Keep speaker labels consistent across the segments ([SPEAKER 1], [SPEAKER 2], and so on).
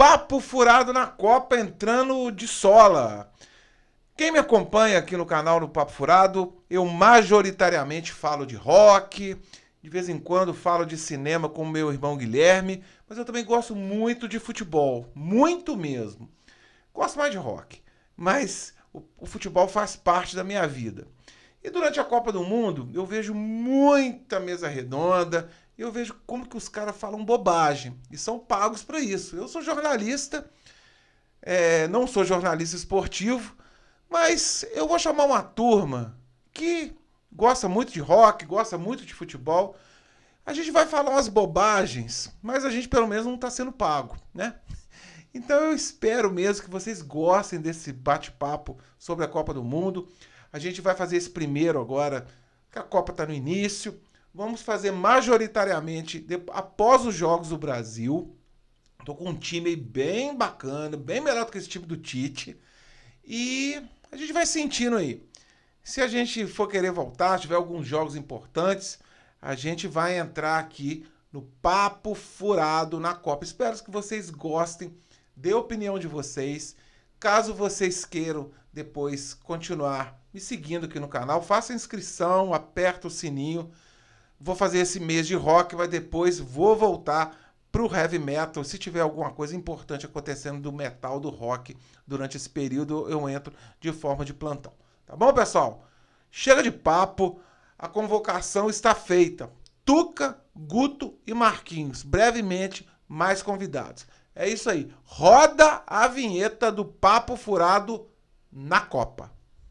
[SPEAKER 1] Papo Furado na Copa entrando de sola. Quem me acompanha aqui no canal do Papo Furado, eu majoritariamente falo de rock, de vez em quando falo de cinema com o meu irmão Guilherme, mas eu também gosto muito de futebol, muito mesmo. Gosto mais de rock, mas o futebol faz parte da minha vida. E durante a Copa do Mundo, eu vejo muita mesa redonda, eu vejo como que os caras falam bobagem e são pagos para isso. Eu sou jornalista, não sou jornalista esportivo, mas eu vou chamar uma turma que gosta muito de rock, gosta muito de futebol. A gente vai falar umas bobagens, mas a gente pelo menos não está sendo pago, né? Então eu espero mesmo que vocês gostem desse bate-papo sobre a Copa do Mundo. A gente vai fazer esse primeiro agora, que a Copa está no início. Vamos fazer majoritariamente após os Jogos do Brasil. Estou com um time aí bem bacana, bem melhor do que esse time do Tite. E a gente vai sentindo aí. Se a gente for querer voltar, tiver alguns jogos importantes, a gente vai entrar aqui no Papo Furado na Copa. Espero que vocês gostem, dê a opinião de vocês. Caso vocês queiram depois continuar me seguindo aqui no canal, faça a inscrição, aperta o sininho. Vou fazer esse mês de rock, mas depois vou voltar pro heavy metal. Se tiver alguma coisa importante acontecendo do metal, do rock, durante esse período, eu entro de forma de plantão. Tá bom, pessoal? Chega de papo, a convocação está feita. Tuca, Guto e Marquinhos. Brevemente, mais convidados. É isso aí. Roda a vinheta do Papo Furado na Copa.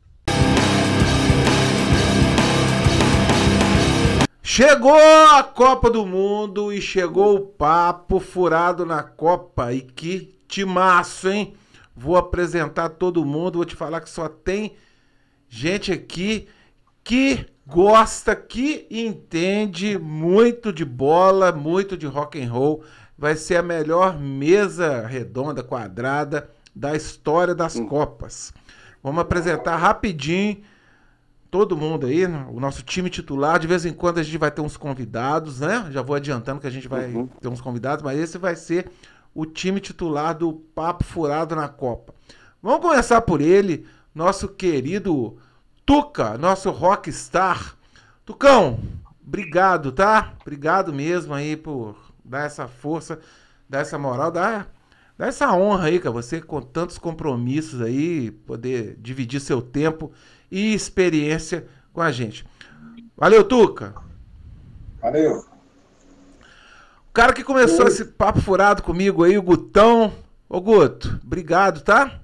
[SPEAKER 1] Chegou a Copa do Mundo e chegou o Papo Furado na Copa. E que timaço, hein? Vou apresentar todo mundo, vou te falar que só tem gente aqui que gosta, que entende muito de bola, muito de rock and roll. Vai ser a melhor mesa redonda, quadrada da história das Copas. Vamos apresentar rapidinho todo mundo aí, o nosso time titular. De vez em quando a gente vai ter uns convidados, né? Já vou adiantando que a gente vai ter uns convidados, mas esse vai ser o time titular do Papo Furado na Copa. Vamos começar por ele, nosso querido Tuca, nosso rockstar. Tucão, obrigado, tá? Obrigado mesmo aí por dar essa força, dar essa moral, dar essa honra aí, cara, você com tantos compromissos aí, poder dividir seu tempo e experiência com a gente. Valeu, Tuca.
[SPEAKER 2] Valeu.
[SPEAKER 1] O cara que começou esse papo furado comigo aí, o Gutão. Ô, Guto, obrigado, tá?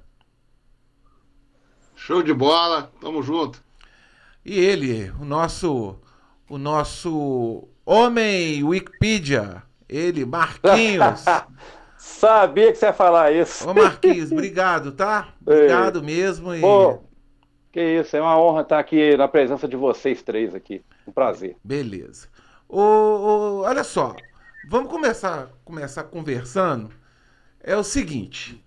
[SPEAKER 3] Show de bola, tamo junto.
[SPEAKER 1] E ele, o nosso homem Wikipedia, ele, Marquinhos.
[SPEAKER 4] Sabia que você ia falar isso.
[SPEAKER 1] Ô, Marquinhos, obrigado, tá? Obrigado mesmo. E...
[SPEAKER 4] Pô, que isso, é uma honra estar aqui na presença de vocês três aqui. Um prazer.
[SPEAKER 1] Beleza. Olha só, vamos começar conversando. É o seguinte.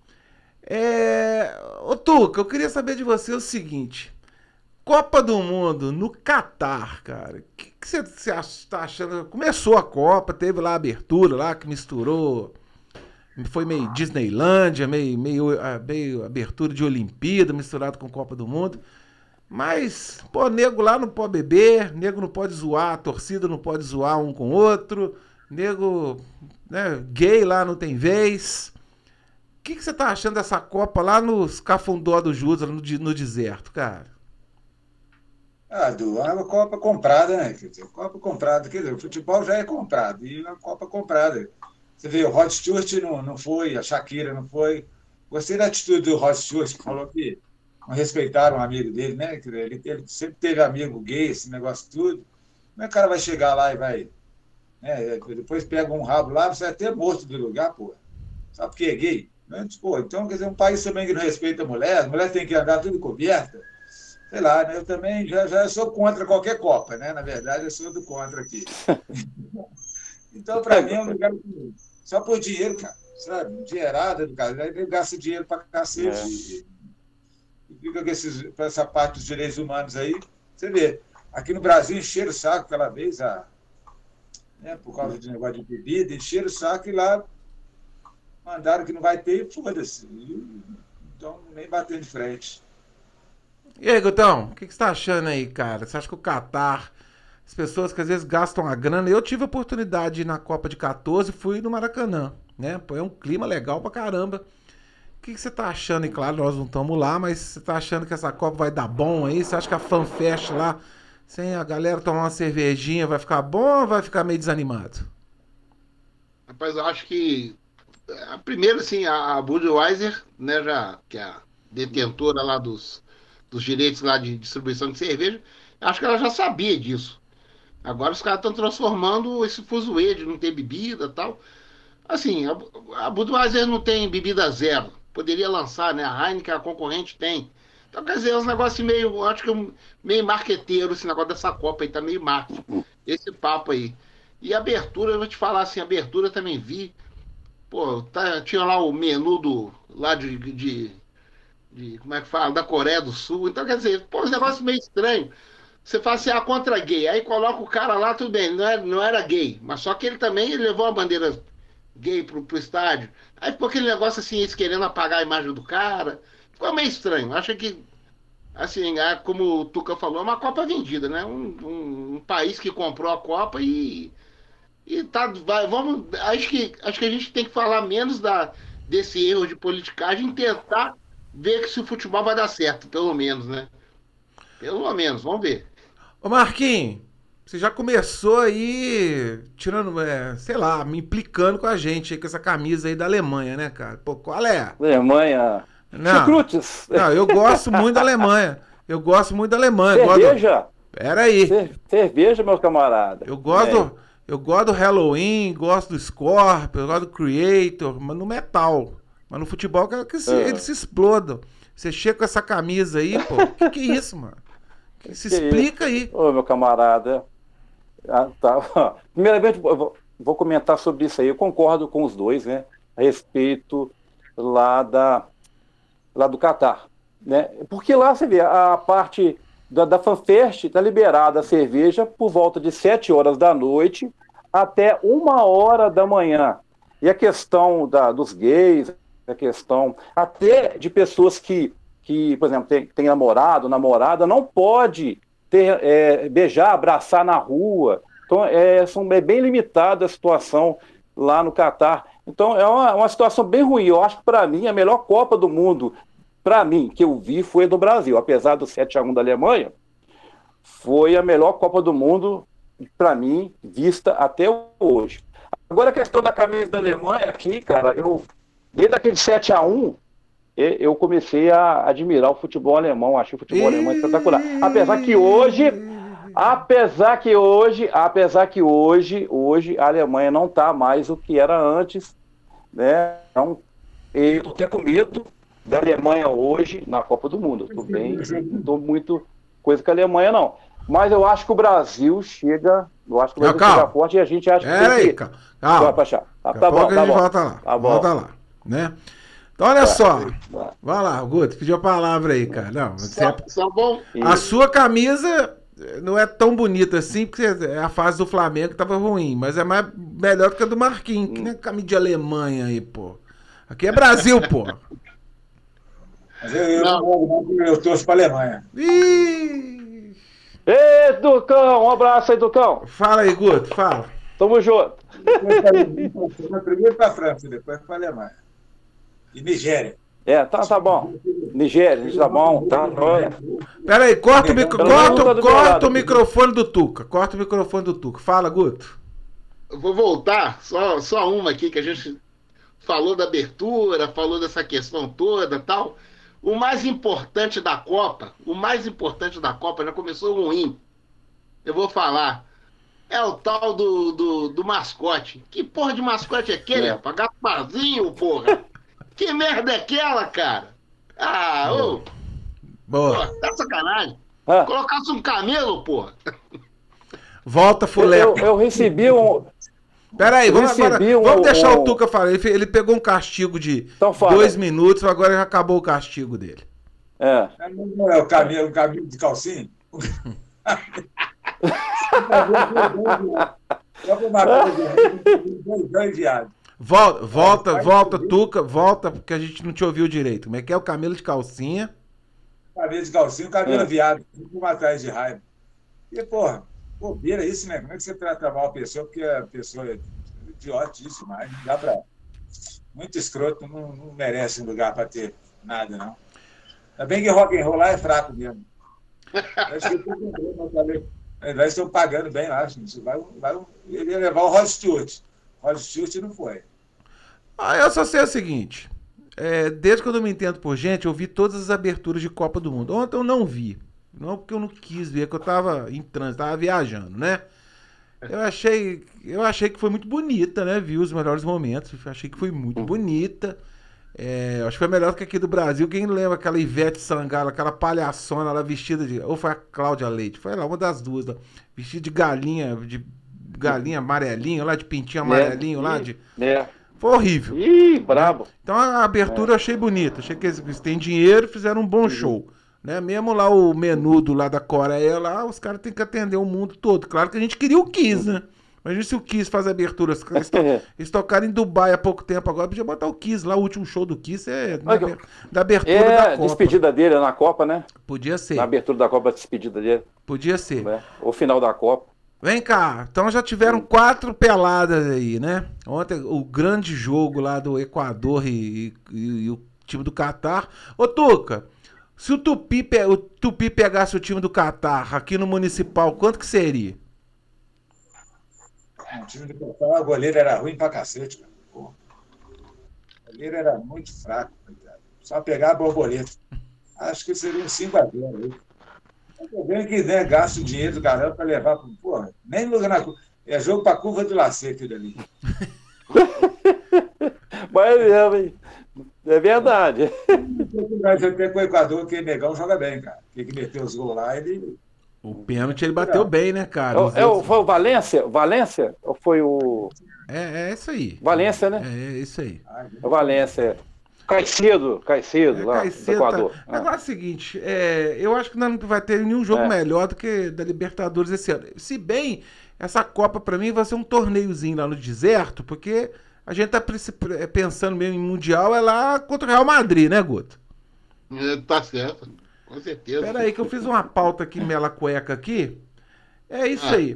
[SPEAKER 1] Ô, Tuca, eu queria saber de você o seguinte. Copa do Mundo no Catar, cara. O que você está achando? Começou a Copa, teve lá a abertura lá que misturou. Foi meio Disneylândia, meio abertura de Olimpíada, misturado com Copa do Mundo. Mas, pô, nego lá não pode beber, nego não pode zoar, a torcida não pode zoar um com o outro, nego, né, gay lá não tem vez. O que você tá achando dessa Copa lá nos Cafundó do Judas, no deserto, cara?
[SPEAKER 2] É uma Copa comprada, né? Quer dizer, Copa comprada, quer dizer, o futebol já é comprado, e uma Copa comprada. Você vê, o Rod Stewart não foi, a Shakira não foi. Gostei da atitude do Rod Stewart, que falou que não respeitaram um amigo dele, né? Ele sempre teve amigo gay, esse negócio tudo. Como é que o cara vai chegar lá e vai... Né, depois pega um rabo lá, você vai até morto do lugar, pô. Sabe por que é gay? Né? Pô, então, quer dizer, um país também que não respeita a mulher tem que andar tudo coberta. Sei lá, né? Eu também já sou contra qualquer Copa, né? Na verdade, eu sou do contra aqui. Então, para mim, é um lugar só por dinheiro, cara, sabe? Dinheirada do cara. Aí ele gasta dinheiro para cacete e fica com essa parte dos direitos humanos aí. Você vê, aqui no Brasil encheram o saco aquela vez, né, por causa de negócio de bebida, encheram o saco e lá Mandaram que não vai ter e foda-se. Então, nem bater de frente.
[SPEAKER 1] E aí, Gutão, o que você tá achando aí, cara? Você acha que o Catar, as pessoas que às vezes gastam a grana... Eu tive a oportunidade de ir na Copa de 14 e fui no Maracanã, né? Pô, é um clima legal pra caramba. O que você tá achando? E claro, nós não estamos lá, mas você tá achando que essa Copa vai dar bom aí? Você acha que a FanFest lá, sem a galera tomar uma cervejinha, vai ficar bom ou vai ficar meio desanimado?
[SPEAKER 3] Rapaz, eu acho que primeiro, assim, a Budweiser, né, já que é a detentora lá dos direitos lá de distribuição de cerveja, acho que ela já sabia disso. Agora os caras estão transformando esse fuzuê de não ter bebida e tal. Assim, a Budweiser não tem bebida zero. Poderia lançar, né? A Heineken, a concorrente, tem. Então, quer dizer, é um negócio meio, eu acho que meio marqueteiro esse negócio dessa Copa aí, tá meio marketing. Esse papo aí. E a abertura, eu vou te falar assim, a abertura eu também vi. Pô, tinha lá o menu lá como é que fala? Da Coreia do Sul. Então, quer dizer, pô, um negócio meio estranho. Você fala assim, contra gay. Aí coloca o cara lá, tudo bem, não era gay. Mas só que ele também levou a bandeira gay pro estádio. Aí ficou aquele negócio assim, eles querendo apagar a imagem do cara. Ficou meio estranho. Acho que, assim, como o Tuca falou, é uma Copa vendida, né? Um país que comprou a Copa e tá, vamos, acho que a gente tem que falar menos desse erro de politicagem e tentar ver que se o futebol vai dar certo, pelo menos, né? Pelo menos, vamos ver.
[SPEAKER 1] Ô Marquinhos, você já começou aí tirando, sei lá, me implicando com a gente aí com essa camisa aí da Alemanha, né, cara? Pô, qual é?
[SPEAKER 4] Alemanha.
[SPEAKER 1] Não,
[SPEAKER 4] Chucrutes.
[SPEAKER 1] não, eu gosto muito da Alemanha. Eu gosto muito da Alemanha.
[SPEAKER 4] Cerveja.
[SPEAKER 1] Pera aí.
[SPEAKER 4] Cerveja, meu camarada.
[SPEAKER 1] Eu gosto do Halloween, gosto do Scorpion, eu gosto do Creator, mas no metal. Mas no futebol eu quero que eles se explodam. Você chega com essa camisa aí, pô, que é isso, mano? Se explica aí.
[SPEAKER 4] Ô, meu camarada. Tá. Primeiramente, eu vou comentar sobre isso aí. Eu concordo com os dois, né? A respeito lá do Catar, né? Porque lá você vê, a parte da FanFest está liberada a cerveja por volta de 7 horas da noite até 1 hora da manhã. E a questão dos gays, a questão até de pessoas que por exemplo, tem namorado, namorada, não pode beijar, abraçar na rua. Então, é bem limitada a situação lá no Catar. Então, é uma situação bem ruim. Eu acho que, para mim, a melhor Copa do Mundo, para mim, que eu vi, foi a do Brasil. Apesar do 7-1 da Alemanha, foi a melhor Copa do Mundo, para mim, vista até hoje. Agora, a questão da camisa da Alemanha aqui, cara, desde aquele 7-1, eu comecei a admirar o futebol alemão, achei o futebol alemão espetacular. Apesar que hoje a Alemanha não está mais o que era antes, né? Então, eu estou até com medo da Alemanha hoje na Copa do Mundo. Não estou muito coisa com a Alemanha, não. Mas eu acho que o Brasil chega forte e a gente acha que tem que...
[SPEAKER 1] Calma.
[SPEAKER 4] Tá bom.
[SPEAKER 1] Volta lá. Volta lá, né? Então, olha só. Vai lá, Guto, pediu a palavra aí, cara. Não,
[SPEAKER 3] Só bom.
[SPEAKER 1] A sua camisa não é tão bonita assim, porque a fase do Flamengo tava ruim, mas é melhor do que a do Marquinhos, que nem a camisa de Alemanha aí, pô. Aqui é Brasil, pô.
[SPEAKER 2] Mas eu torço pra Alemanha.
[SPEAKER 4] Ei, Tucão, um abraço aí, Tucão.
[SPEAKER 1] Fala aí, Guto, fala.
[SPEAKER 4] Tamo junto.
[SPEAKER 2] Primeiro pra França, depois pra Alemanha. E Nigéria.
[SPEAKER 4] Tá bom. Nigéria, tá bom, tá.
[SPEAKER 1] Pera aí, corta o microfone do Tuca. Corta o microfone do Tuca. Fala, Guto.
[SPEAKER 3] Eu vou voltar, só uma aqui, que a gente falou da abertura, falou dessa questão toda e tal. O mais importante da Copa já começou ruim. Eu vou falar. É o tal do mascote. Que porra de mascote é aquele, rapaz? Gasparzinho, porra. Que merda é aquela, cara?
[SPEAKER 1] Boa.
[SPEAKER 3] Pô, tá sacanagem. Colocasse um camelo, porra.
[SPEAKER 1] Volta, Fuleco.
[SPEAKER 4] Eu recebi um...
[SPEAKER 1] Peraí, vamos deixar o Tuca falar. Ele pegou um castigo de 2 minutos, agora já acabou o castigo dele.
[SPEAKER 2] Não é o camelo de calcinha?
[SPEAKER 1] Volta, Tuca, volta, porque a gente não te ouviu direito. Como é que é o Camilo de calcinha?
[SPEAKER 2] Cabelo de calcinha, cabelo viado, fico atrás de raiva. E, porra, bobeira isso, né? Como é que você trata mal a pessoa, porque a pessoa é idiotíssima, mas não dá pra... Muito escroto, não merece um lugar para ter nada, não. Ainda bem que rock and roll lá é fraco mesmo. Acho que eles estão pagando bem lá. Ele ia levar o Rod Stewart. Rod Stewart não foi.
[SPEAKER 1] Eu só sei o seguinte. Desde que eu não me entendo por gente, eu vi todas as aberturas de Copa do Mundo. Ontem eu não vi. Não porque eu não quis ver, que eu tava em trânsito, tava viajando, né? Eu achei que foi muito bonita, né? Vi os melhores momentos. Achei que foi muito bonita. Acho que foi melhor do que aqui do Brasil. Quem lembra aquela Ivete Sangalo, aquela palhaçona lá vestida de... Ou foi a Cláudia Leite? Foi lá, uma das duas. Lá, vestida de galinha amarelinho, lá de pintinho amarelinho, lá de... Foi horrível.
[SPEAKER 4] Ih, brabo.
[SPEAKER 1] Então a abertura eu achei bonita. Achei que eles têm dinheiro e fizeram um bom show. Né? Mesmo lá o menudo lá da Coreia, lá, os caras têm que atender o mundo todo. Claro que a gente queria o Kiss, né? Imagina se o Kiss faz abertura. Eles tocaram em Dubai há pouco tempo agora. Podia botar o Kiss lá, o último show do Kiss da abertura da Copa.
[SPEAKER 4] Despedida dele na Copa, né?
[SPEAKER 1] Podia ser.
[SPEAKER 4] Na abertura da Copa, a despedida dele.
[SPEAKER 1] Podia ser.
[SPEAKER 4] O final da Copa.
[SPEAKER 1] Vem cá, então já tiveram 4 peladas aí, né? Ontem o grande jogo lá do Equador e o time do Catar. Ô, Tuca, se o Tupi pegasse o time do Catar aqui no Municipal, quanto que seria?
[SPEAKER 2] O time do Catar, o goleiro era ruim pra cacete, cara. Pô. O goleiro era muito fraco, coitado. Só pegar a borboleta. Acho que seria um 5-0. Eu venho que né, gasto dinheiro do caramba para levar para. Porra, nem lugar na curva. É jogo para curva do Lacê, aquilo ali.
[SPEAKER 4] Mas é verdade.
[SPEAKER 2] Mas até com o Equador, que o Negão joga bem, cara. Tem que meter os gols lá, ele.
[SPEAKER 1] O pênalti ele bateu bem, né, cara?
[SPEAKER 4] Foi o Valência? Valência? Ou foi o.
[SPEAKER 1] É isso aí.
[SPEAKER 4] Valência, né?
[SPEAKER 1] É isso aí.
[SPEAKER 4] O Valência. Caicedo lá do Equador.
[SPEAKER 1] Agora é o seguinte, eu acho que não vai ter nenhum jogo melhor do que da Libertadores esse ano. Se bem, essa Copa pra mim vai ser um torneiozinho lá no deserto, porque a gente tá pensando mesmo em Mundial, é lá contra o Real Madrid, né, Guto?
[SPEAKER 3] Tá certo, com certeza.
[SPEAKER 1] Espera aí que eu fiz uma pauta aqui, mela cueca aqui. É isso aí.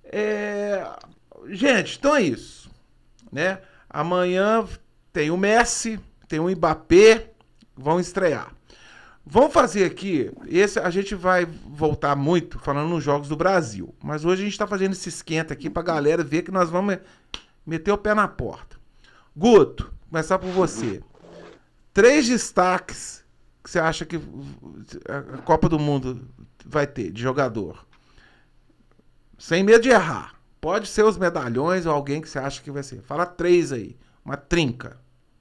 [SPEAKER 1] Gente, então é isso, né? Amanhã tem o Messi, tem o Mbappé, vão estrear. Vamos fazer aqui, a gente vai voltar muito falando nos jogos do Brasil, mas hoje a gente está fazendo esse esquenta aqui pra galera ver que nós vamos meter o pé na porta. Guto, começar por você. 3 destaques que você acha que a Copa do Mundo vai ter de jogador. Sem medo de errar. Pode ser os medalhões ou alguém que você acha que vai ser. Fala 3 aí, uma trinca.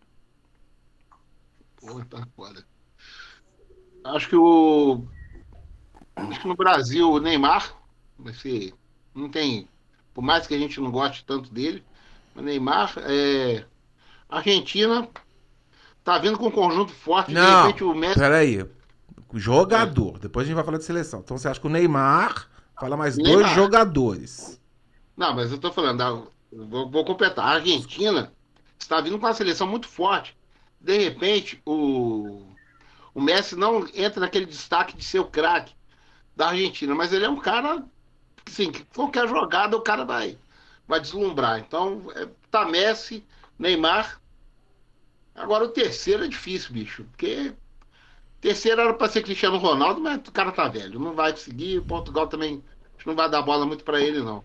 [SPEAKER 3] Porra, tá foda. Acho que no Brasil o Neymar vai ser. Não tem. Por mais que a gente não goste tanto dele, o Neymar a Argentina tá vindo com um conjunto forte.
[SPEAKER 1] Não, de repente o Messi. Peraí. Jogador. Depois a gente vai falar de seleção. Então você acha que o Neymar. Fala mais Neymar. 2 jogadores.
[SPEAKER 3] Não, mas eu tô falando. Vou completar. A Argentina está vindo com uma seleção muito forte. De repente, o Messi não entra naquele destaque de ser o craque da Argentina, mas ele é um cara, assim, que qualquer jogada o cara vai deslumbrar. Então, tá Messi, Neymar. Agora o terceiro é difícil, bicho, porque terceiro era para ser Cristiano Ronaldo, mas o cara tá velho, não vai conseguir. O Portugal também não vai dar bola muito para ele, não.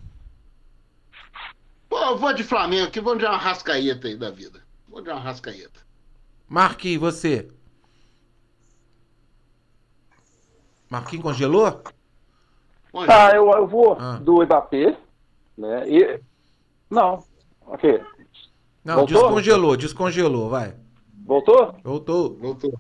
[SPEAKER 3] Pô, eu vou de Flamengo, que vou de uma Arrascaeta aí da vida. Vou de uma Arrascaeta.
[SPEAKER 1] Marquinhos, você? Marquinhos congelou?
[SPEAKER 4] Eu vou do Mbappé, né? Não, ok.
[SPEAKER 1] Não, voltou? Descongelou, vai.
[SPEAKER 4] Voltou?
[SPEAKER 1] Voltou.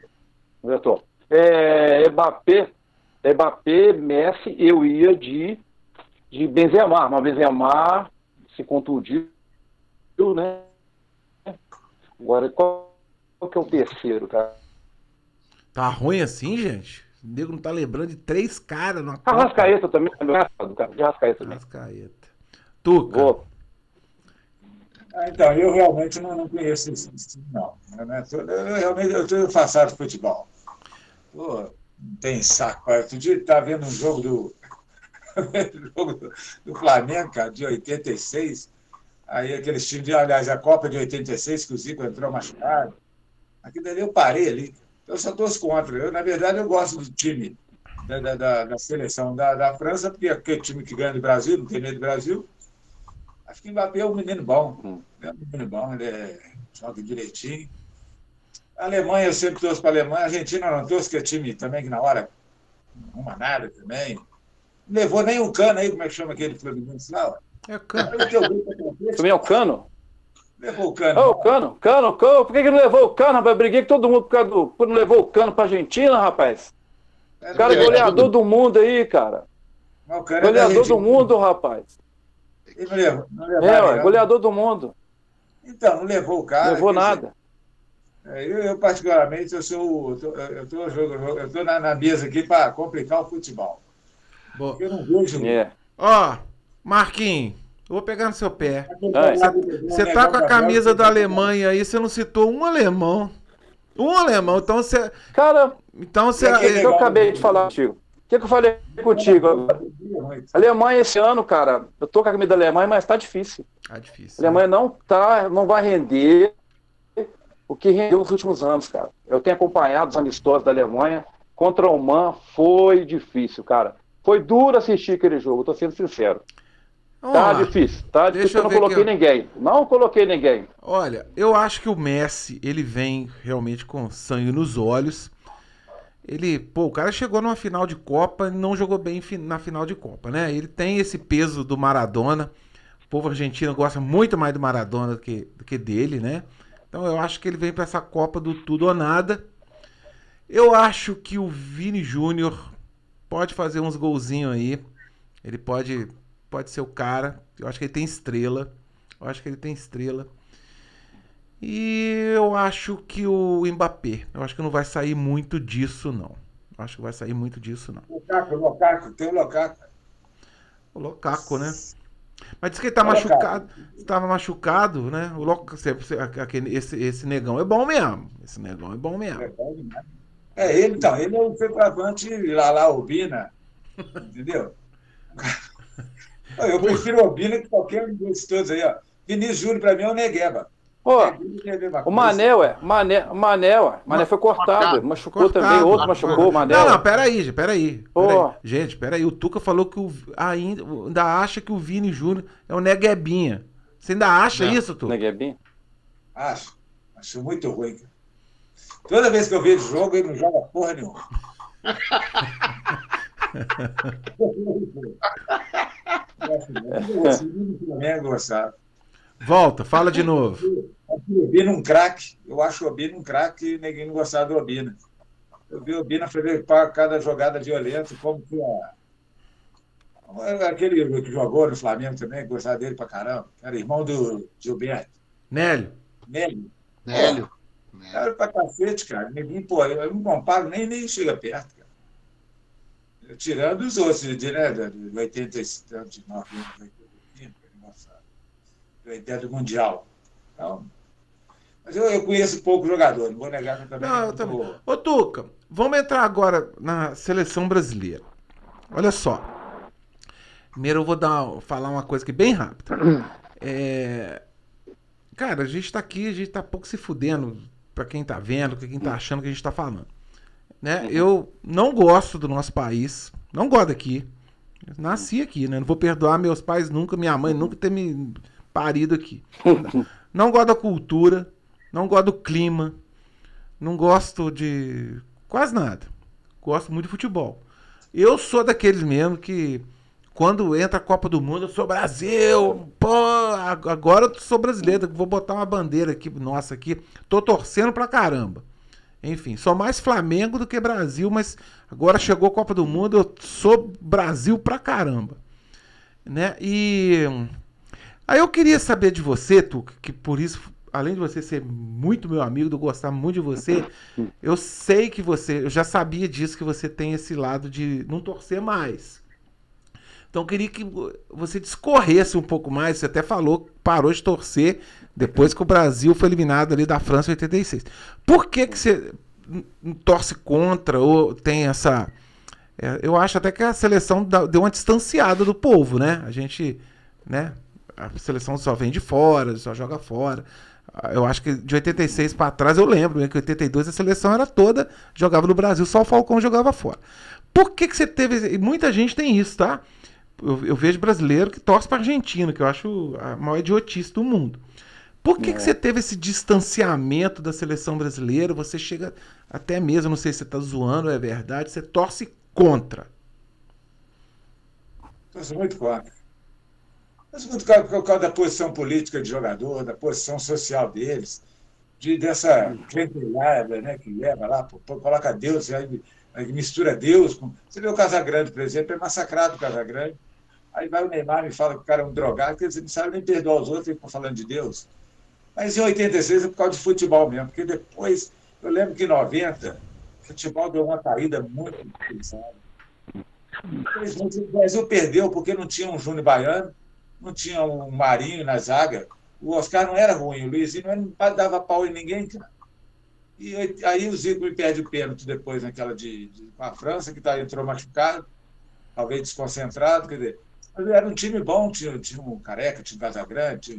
[SPEAKER 4] Mbappé, Messi, eu ia de Benzema, mas Benzema se contundiu, né? Agora, qual que é o terceiro, cara?
[SPEAKER 1] Tá ruim assim, gente? O nego não tá lembrando de 3 caras na Copa.
[SPEAKER 4] Arrascaeta também, de Arrascaeta também.
[SPEAKER 1] Arrascaeta. Tuca.
[SPEAKER 2] Então, eu realmente não conheço esse time, não. Eu realmente estou afastado do futebol. Pô, não tem saco. Outro dia estava vendo um jogo do Flamengo, cara, de 86. Aí aqueles times, aliás, a Copa de 86, que o Zico entrou machucado. Aquilo ali eu parei ali. Eu só torço contra. Na verdade, eu gosto do time da seleção da França, porque é aquele time que ganha do Brasil, não tem medo do Brasil. Acho que o Mbappé é um menino bom. É um menino bom, ele joga direitinho. A Alemanha, eu sempre torço para a Alemanha. A Argentina eu não torço, que é time também que na hora não arruma nada também. Não levou nem o Cano aí, como é que chama aquele Fluminense lá?
[SPEAKER 1] É o Cano.
[SPEAKER 4] Também é o Cano?
[SPEAKER 2] Levou o Cano.
[SPEAKER 4] Ô, Cano, por que não levou o Cano, rapaz? Briguei com todo mundo por não levou o Cano pra Argentina, rapaz. O cara é goleador do mundo aí, cara. Goleador do mundo, rapaz.
[SPEAKER 2] Ele não levou,
[SPEAKER 4] goleador do mundo.
[SPEAKER 2] Então, não levou o cara.
[SPEAKER 4] Não levou nada.
[SPEAKER 2] Eu particularmente, eu estou na mesa aqui para complicar o futebol.
[SPEAKER 1] Boa.
[SPEAKER 2] Eu não vejo.
[SPEAKER 1] Ó, Marquinhos, eu vou pegar no seu pé. Você tá com a camisa da Alemanha aí, você não citou um alemão. Um alemão, então você...
[SPEAKER 4] Cara,
[SPEAKER 1] então você...
[SPEAKER 4] eu acabei de falar contigo. O que eu falei contigo agora? Alemanha esse ano, cara, eu tô com a camisa da Alemanha, mas tá difícil.
[SPEAKER 1] Tá difícil.
[SPEAKER 4] A Alemanha não vai render o que rendeu nos últimos anos, cara. Eu tenho acompanhado os amistosos da Alemanha. Contra o Oman foi difícil, cara. Foi duro assistir aquele jogo, tô sendo sincero. Tá difícil, eu não coloquei ninguém. Não coloquei ninguém.
[SPEAKER 1] Olha, eu acho que o Messi, ele vem realmente com sangue nos olhos. O cara chegou numa final de Copa e não jogou bem na final de Copa, né? Ele tem esse peso do Maradona. O povo argentino gosta muito mais do Maradona do que dele, né? Então eu acho que ele vem para essa Copa do tudo ou nada. Eu acho que o Vini Júnior pode fazer uns golzinhos aí. Ele pode ser o cara. Eu acho que ele tem estrela. E eu acho que o Mbappé. Eu acho que não vai sair muito disso, não.
[SPEAKER 2] Lukaku, tem o Lukaku.
[SPEAKER 1] O Lukaku, né? Mas diz que ele tá machucado. Estava machucado, né? Esse negão é bom mesmo.
[SPEAKER 2] Ele é o centroavante lá, Obina. Entendeu? Eu prefiro Obina que qualquer um desses todos aí, ó. Vinícius Júnior, pra mim, é o Negueba.
[SPEAKER 4] O Mané foi cortado, machucou também, outro machucou, o Mané.
[SPEAKER 1] Não, peraí. Gente, peraí, o Tuca falou que ainda acha que o Vini Júnior é o Neguebinha. Você ainda acha isso, Tuca?
[SPEAKER 4] Neguebinha?
[SPEAKER 2] Acho muito ruim, cara. Toda vez que eu vejo jogo, ele não joga porra nenhuma.
[SPEAKER 1] Volta, fala de novo.
[SPEAKER 2] O Obina um craque. Eu acho o Obina um craque e ninguém não gostava do Obina. Eu vi o Obina fazer para cada jogada violenta, como que aquele que jogou no Flamengo também, gostava dele pra caramba. Era irmão do Gilberto.
[SPEAKER 1] Nélio.
[SPEAKER 2] Era pra cacete, cara. Ninguém, eu não comparo, nem chega perto, cara. Tirando os outros, de 89, 80 do Mundial. Então, mas eu conheço pouco jogador, não vou negar que eu também.
[SPEAKER 1] Não, eu também. Ô, Tuca, vamos entrar agora na seleção brasileira. Olha só. Primeiro eu vou falar uma coisa aqui bem rápida. Cara, a gente tá aqui, a gente tá pouco se fudendo pra quem tá vendo, pra quem tá achando que a gente tá falando. Né? Eu não gosto do nosso país, não gosto daqui. Eu nasci aqui, né? Não vou perdoar meus pais nunca, minha mãe nunca ter me parido aqui. Não gosto da cultura, não gosto do clima, não gosto de quase nada. Gosto muito de futebol. Eu sou daqueles mesmo que quando entra a Copa do Mundo, eu sou Brasil. Pô, agora eu sou brasileiro, vou botar uma bandeira aqui, nossa, aqui. Tô torcendo pra caramba. Enfim, sou mais Flamengo do que Brasil, mas agora chegou a Copa do Mundo, eu sou Brasil pra caramba. Né? E aí eu queria saber de você, Tuca, que por isso, além de você ser muito meu amigo, de eu gostar muito de você, eu sei que eu já sabia disso, que você tem esse lado de não torcer mais. Então eu queria que você discorresse um pouco mais. Você até falou que parou de torcer depois que o Brasil foi eliminado ali da França em 86. Por que você torce contra ou tem essa... eu acho até que a seleção deu uma distanciada do povo, né? A gente, né? A seleção só vem de fora, só joga fora. Eu acho que de 86 para trás, eu lembro, né, que em 82 a seleção era toda, jogava no Brasil, só o Falcão jogava fora. Por que você teve... E muita gente tem isso, tá? Eu vejo brasileiro que torce para Argentina, que eu acho a maior idiotice do mundo. Por que você teve esse distanciamento da seleção brasileira? Você chega até mesmo, não sei se você está zoando, é verdade, você torce contra.
[SPEAKER 2] Torço muito contra. Torço muito contra por causa da posição política de jogador, da posição social deles, dessa crentelhada, né, que leva lá, coloca Deus, aí mistura Deus com... Você vê o Casagrande, por exemplo, é massacrado o Casagrande. Aí vai o Neymar e fala que o cara é um drogado, que eles não sabem nem perdoar os outros e ficam falando de Deus. Mas em 86 é por causa de futebol mesmo, porque depois, eu lembro que em 90, o futebol deu uma caída muito pesada. Infelizmente, o Brasil perdeu porque não tinha um Júnior Baiano, não tinha um Marinho na zaga. O Oscar não era ruim, o Luizinho não dava pau em ninguém, cara. E aí o Zico me perde o pênalti depois naquela com a França, que entrou machucado, talvez desconcentrado, quer dizer, era um time bom, tinha um Careca, tinha um Casagrande,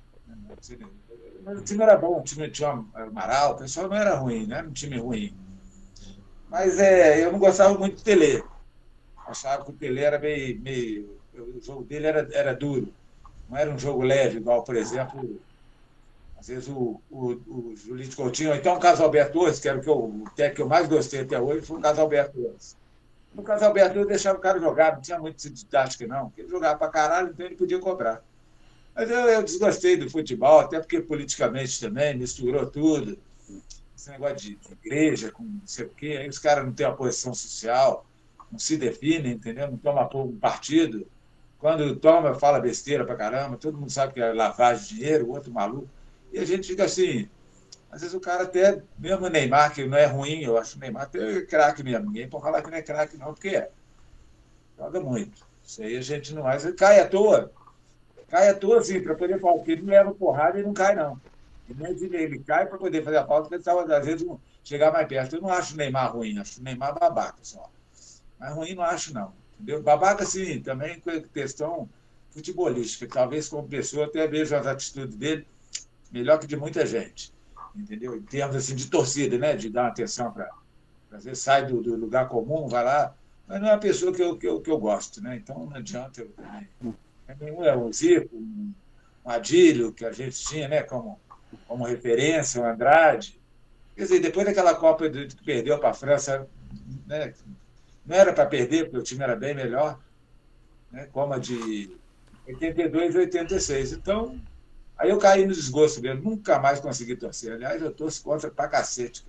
[SPEAKER 2] mas o time era bom, tinha o Amaral, o pessoal não era ruim, não era um time ruim. Mas eu não gostava muito do Pelé. Achava que o Pelé era meio o jogo dele era duro, não era um jogo leve, igual, por exemplo, às vezes o Julito Coutinho, ou então o Casalberto Torres, que era o que eu mais gostei até hoje, foi o Casalberto Torres. No Casalberto Torres deixava o cara jogar, não tinha muito didática, não, porque ele jogava pra caralho, então ele podia cobrar. Mas eu desgostei do futebol, até porque politicamente também misturou tudo. Esse negócio de igreja, com não sei o quê, aí os caras não têm uma posição social, não se definem, entendeu? Não tomam um partido. Quando toma, fala besteira pra caramba, todo mundo sabe que é lavagem de dinheiro, o outro maluco. E a gente fica assim, às vezes o cara até, mesmo o Neymar, que não é ruim, eu acho o Neymar até craque mesmo. Ninguém pode falar que não é craque, não, porque joga muito. Isso aí a gente não mais. Cai à toa. Cai à toa, assim, para poder falar, porque ele não leva porrada e não cai, não. Ele cai para poder fazer a falta, porque ele estava, às vezes, chegar mais perto. Eu não acho o Neymar ruim, acho o Neymar babaca só. Mas ruim não acho, não. Entendeu? Babaca, sim, também com questão futebolística. Talvez como pessoa até vejo as atitudes dele melhor que de muita gente. Entendeu? Em termos assim, de torcida, né? De dar uma atenção para. Às vezes sai do lugar comum, vai lá. Mas não é uma pessoa que eu gosto, né? Então não adianta eu também. É o Zico, um Adílio, que a gente tinha, né? Como referência, o Andrade. Quer dizer, depois daquela Copa que perdeu para a França, né? Não era para perder, porque o time era bem melhor, né? Como a de 82 e 86. Então, aí eu caí no desgosto mesmo, nunca mais consegui torcer. Aliás, eu torço contra pra cacete,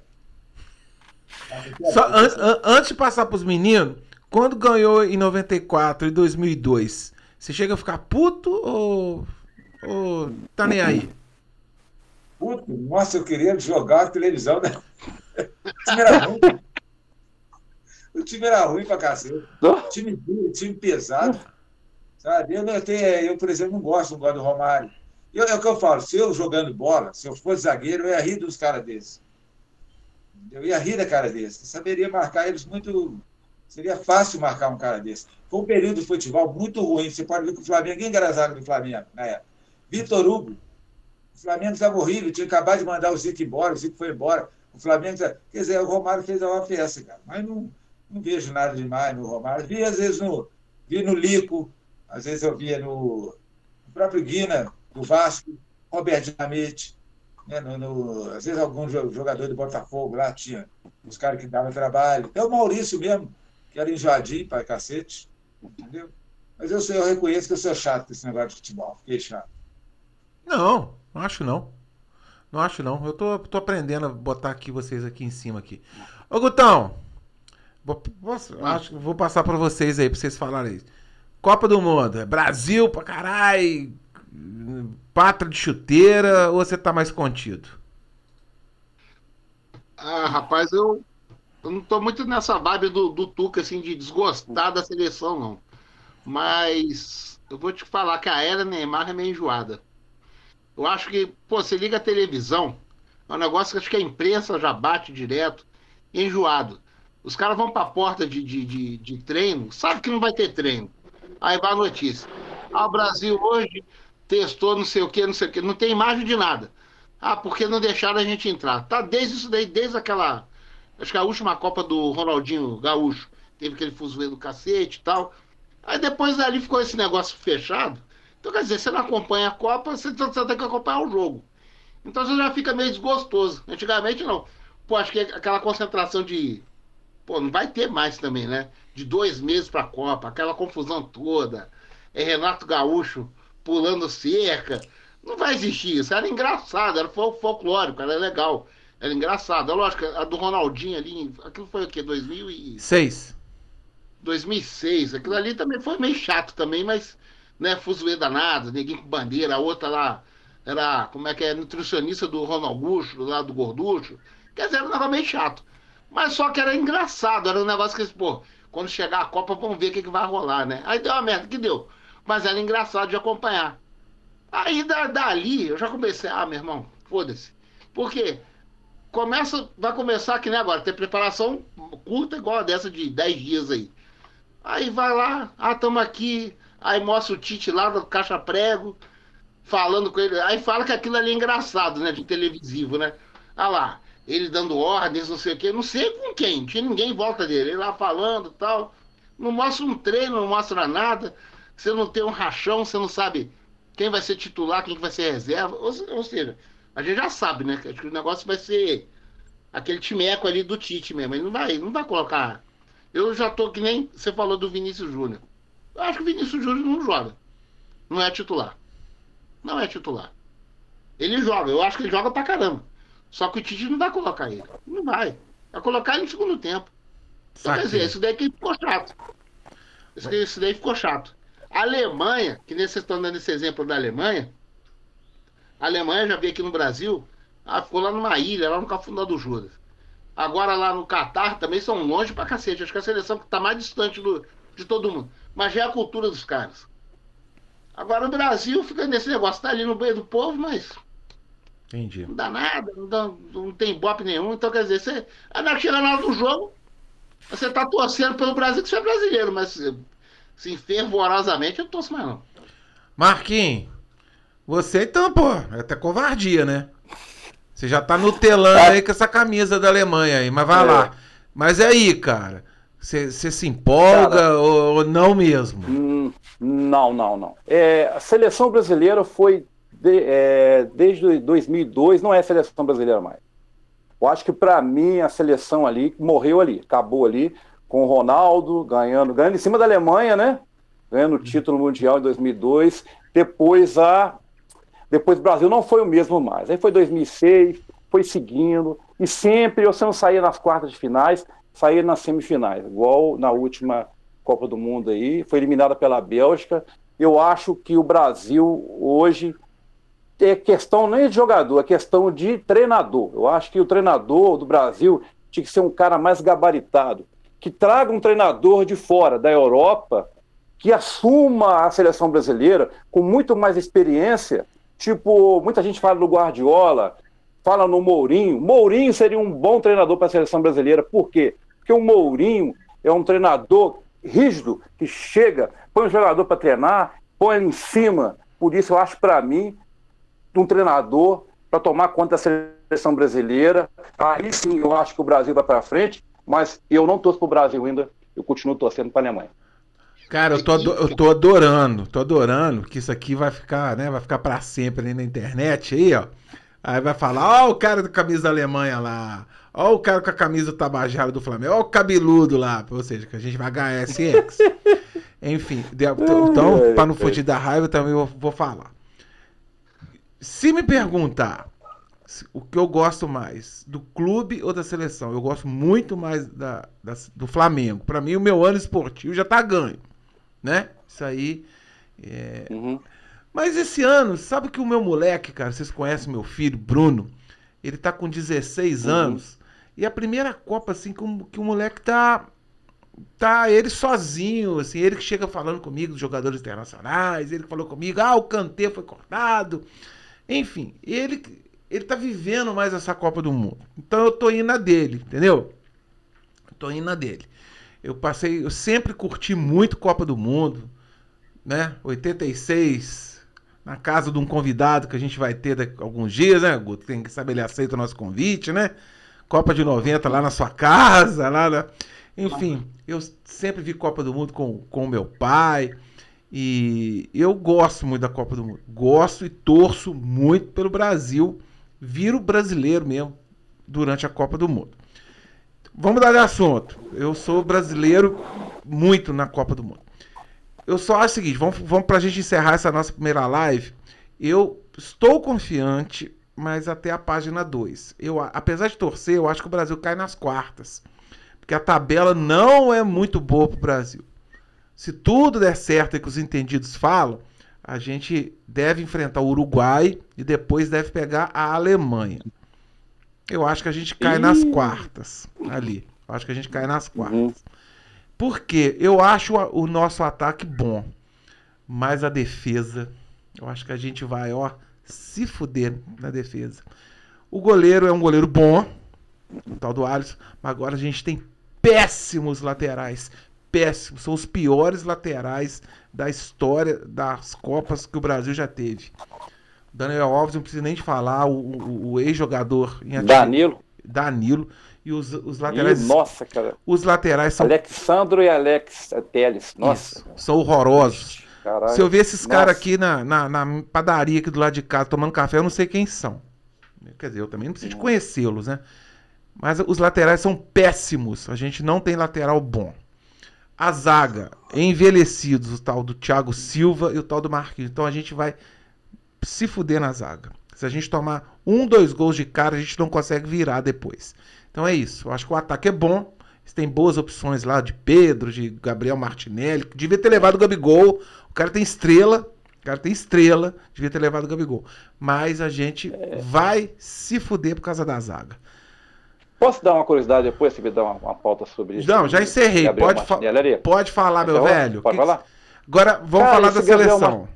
[SPEAKER 2] cara.
[SPEAKER 1] Só, antes de passar pros meninos, quando ganhou em 94 e 2002, você chega a ficar puto ou tá nem aí?
[SPEAKER 2] Puto, nossa, eu queria jogar a televisão, né? O time era ruim. O time era ruim pra cacete. Time duro, time pesado. Sabe? Eu, por exemplo, não gosto do Romário. É o que eu falo, se eu jogando bola, se eu fosse zagueiro, eu ia rir dos caras desses. Eu ia rir da cara desses. Eu saberia marcar eles muito... Seria fácil marcar um cara desse. Foi um período de futebol muito ruim. Você pode ver que o Flamengo... Quem era zaga do Flamengo na época? Vitor Hugo. O Flamengo estava horrível. Tinha acabado de mandar o Zico embora. O Zico foi embora. O Flamengo... Quer dizer, o Romário fez a maior festa, cara. Mas não vejo nada demais no Romário. Vi, às vezes, vi no Lico. Às vezes eu via no próprio Guina, do Vasco, Robert Dinamite, né, às vezes algum jogador do Botafogo lá tinha os caras que davam trabalho. Até o Maurício mesmo, que era enjoadinho para cacete, entendeu? Mas eu reconheço que eu sou chato com esse negócio de futebol, fiquei chato.
[SPEAKER 1] Não acho não. Não acho não. Eu tô aprendendo a botar aqui vocês aqui em cima aqui. Ô Gutão, vou passar para vocês aí, para vocês falarem isso. Copa do Mundo, é Brasil pra caralho, pátria de chuteira, ou você tá mais contido?
[SPEAKER 3] Ah, rapaz, eu não tô muito nessa vibe do Tuca, assim, de desgostar da seleção, não. Mas eu vou te falar que a era Neymar é meio enjoada. Eu acho que, pô, você liga a televisão, é um negócio que acho que a imprensa já bate direto, enjoado. Os caras vão pra porta de treino, sabe que não vai ter treino. Aí vai a notícia. Ah, o Brasil hoje testou não sei o que, não sei o que. Não tem imagem de nada. Ah, porque não deixaram a gente entrar. Tá desde isso daí, desde aquela. Acho que a última Copa do Ronaldinho Gaúcho. Teve aquele fuzuê do cacete e tal. Aí depois dali ficou esse negócio fechado. Então, quer dizer, você não acompanha a Copa, você tem que acompanhar o jogo. Então você já fica meio desgostoso. Antigamente não. Pô, acho que aquela concentração de. Pô, não vai ter mais também, né? De 2 meses pra Copa, aquela confusão toda. É Renato Gaúcho pulando cerca. Não vai existir isso. Era engraçado, era folclórico, era legal. Era engraçado. É lógico, a do Ronaldinho ali, aquilo foi o quê?
[SPEAKER 1] 6.
[SPEAKER 3] 2006. Aquilo ali também foi meio chato também, mas, né, fuzuê danado, ninguém com bandeira, a outra lá era, como é que é, nutricionista do Ronald Gucho, lá do Gorducho. Quer dizer, era um negócio meio chato. Mas só que era engraçado, era um negócio que, pô, quando chegar a Copa, vamos ver o que, que vai rolar, né? Aí deu uma merda, que deu. Mas era engraçado de acompanhar. Aí dali eu já comecei, meu irmão, foda-se. Por quê? Vai começar que nem agora, tem preparação curta igual a dessa de 10 dias aí. Aí vai lá, tamo aqui, aí mostra o Tite lá do caixa prego, falando com ele, aí fala que aquilo ali é engraçado, né, de televisivo, né? Ah lá, ele dando ordens, não sei o quê, não sei com quem, não tinha ninguém em volta dele, ele lá falando e tal, não mostra um treino, não mostra nada, você não tem um rachão, você não sabe quem vai ser titular, quem que vai ser reserva, ou seja, a gente já sabe, né, que o negócio vai ser aquele timeco ali do Tite mesmo, ele não vai colocar. Eu já tô que nem você falou do Vinícius Júnior. Eu acho que o Vinícius Júnior não joga. Não é titular. Não é titular. Ele joga, eu acho que ele joga pra caramba. Só que o Tite não vai colocar ele. Não vai. Vai colocar ele no segundo tempo. Então, quer dizer, isso daí que ficou chato. Isso daí ficou chato. A Alemanha, que nem vocês estão dando esse exemplo da Alemanha, a Alemanha já veio aqui no Brasil, ficou lá numa ilha, lá no Cafundó do Judas. Agora lá no Catar também são longe pra cacete. Acho que a seleção que tá mais distante de todo mundo. Mas já é a cultura dos caras. Agora o Brasil fica nesse negócio, tá ali no meio do povo, mas
[SPEAKER 1] Entendi.
[SPEAKER 3] não dá nada, não tem ibope nenhum. Então, quer dizer, você chega na hora do jogo, você tá torcendo pelo Brasil que você é brasileiro, mas assim, fervorosamente eu não torço mais não.
[SPEAKER 1] Marquinhos, você então, pô, é até covardia, né? Você já tá nutelando aí com essa camisa da Alemanha aí, mas vai lá. Mas é aí, cara, você se empolga, cara, ou não mesmo?
[SPEAKER 4] Não. A seleção brasileira foi, desde 2002, não é a seleção brasileira mais. Eu acho que para mim a seleção ali morreu ali, acabou ali, com o Ronaldo ganhando em cima da Alemanha, né? Ganhando o título mundial em 2002. Depois o Brasil não foi o mesmo mais. Aí foi 2006, foi seguindo, e sempre você não saía nas quartas de finais, saía nas semifinais, igual na última Copa do Mundo aí, foi eliminada pela Bélgica. Eu acho que o Brasil hoje é questão nem de jogador, é questão de treinador. Eu acho que o treinador do Brasil tinha que ser um cara mais gabaritado, que traga um treinador de fora, da Europa, que assuma a seleção brasileira com muito mais experiência. Tipo, muita gente fala do Guardiola, fala no Mourinho. Mourinho seria um bom treinador para a seleção brasileira. Por quê? Porque o Mourinho é um treinador rígido, que chega, põe o jogador para treinar, põe ele em cima. Por isso, eu acho, para mim, um treinador para tomar conta da seleção brasileira. Aí sim, eu acho que o Brasil vai para frente, mas eu não torço para o Brasil ainda, eu continuo torcendo para a Alemanha.
[SPEAKER 1] Cara, eu tô adorando que isso aqui vai ficar, né? Vai ficar pra sempre ali na internet aí, ó. Aí vai falar, ó, o cara da camisa da Alemanha lá, ó, o cara com a camisa do Tabajara do Flamengo, ó, o cabeludo lá, ou seja, que a gente vai ganhar SX. Enfim, então, pra não fugir da raiva, também eu vou falar. Se me perguntar o que eu gosto mais, do clube ou da seleção, eu gosto muito mais do Flamengo. Pra mim, o meu ano esportivo já tá ganho. Né? Isso aí. Mas esse ano, sabe que o meu moleque, cara, vocês conhecem meu filho, Bruno, ele tá com 16 anos, e a primeira Copa, assim, que o moleque tá tá ele sozinho, assim, ele que chega falando comigo dos jogadores internacionais, ele que falou comigo, o Kanté foi cortado. Enfim, ele tá vivendo mais essa Copa do Mundo. Então eu tô indo na dele, entendeu? Tô indo na dele. Eu sempre curti muito Copa do Mundo, né? 86, na casa de um convidado que a gente vai ter daqui a alguns dias, né, Guto? Tem que saber ele aceita o nosso convite, né? Copa de 90 lá na sua casa, enfim, eu sempre vi Copa do Mundo com meu pai. E eu gosto muito da Copa do Mundo. Gosto e torço muito pelo Brasil. Viro brasileiro mesmo durante a Copa do Mundo. Vamos mudar de assunto. Eu sou brasileiro muito na Copa do Mundo. Eu só acho o seguinte, vamos pra gente encerrar essa nossa primeira live. Eu estou confiante, mas até a página 2. Apesar de torcer, eu acho que o Brasil cai nas quartas. Porque a tabela não é muito boa pro Brasil. Se tudo der certo e que os entendidos falam, a gente deve enfrentar o Uruguai e depois deve pegar a Alemanha. Eu acho que a gente cai nas quartas ali. Eu acho que a gente cai nas quartas. Por quê? Eu acho o nosso ataque bom. Mas a defesa, eu acho que a gente vai, se fuder na defesa. O goleiro é um goleiro bom, o tal do Alisson, mas agora a gente tem péssimos laterais. Péssimos. São os piores laterais da história das Copas que o Brasil já teve. Daniel Alves, não precisa nem de falar, o ex-jogador em Danilo. E os laterais.
[SPEAKER 4] Nossa, cara.
[SPEAKER 1] Os laterais são.
[SPEAKER 4] Alexandro e Alex Telles. Nossa.
[SPEAKER 1] Isso, são horrorosos.
[SPEAKER 4] Caralho.
[SPEAKER 1] Se eu ver esses caras aqui na padaria aqui do lado de casa tomando café, eu não sei quem são. Quer dizer, eu também não preciso de conhecê-los, né? Mas os laterais são péssimos. A gente não tem lateral bom. A zaga, envelhecidos, o tal do Thiago Silva e o tal do Marquinhos. Então a gente vai se fuder na zaga. Se a gente tomar 2 gols de cara, a gente não consegue virar depois. Então é isso. Eu acho que o ataque é bom. Tem boas opções lá de Pedro, de Gabriel Martinelli. Devia ter levado o Gabigol. O cara tem estrela. Devia ter levado o Gabigol. Mas a gente vai se fuder por causa da zaga.
[SPEAKER 4] Posso dar uma curiosidade depois, se me dá uma pauta sobre isso?
[SPEAKER 1] Não, já encerrei. Pode falar, meu velho.
[SPEAKER 4] Pode falar?
[SPEAKER 1] Agora, vamos falar da seleção.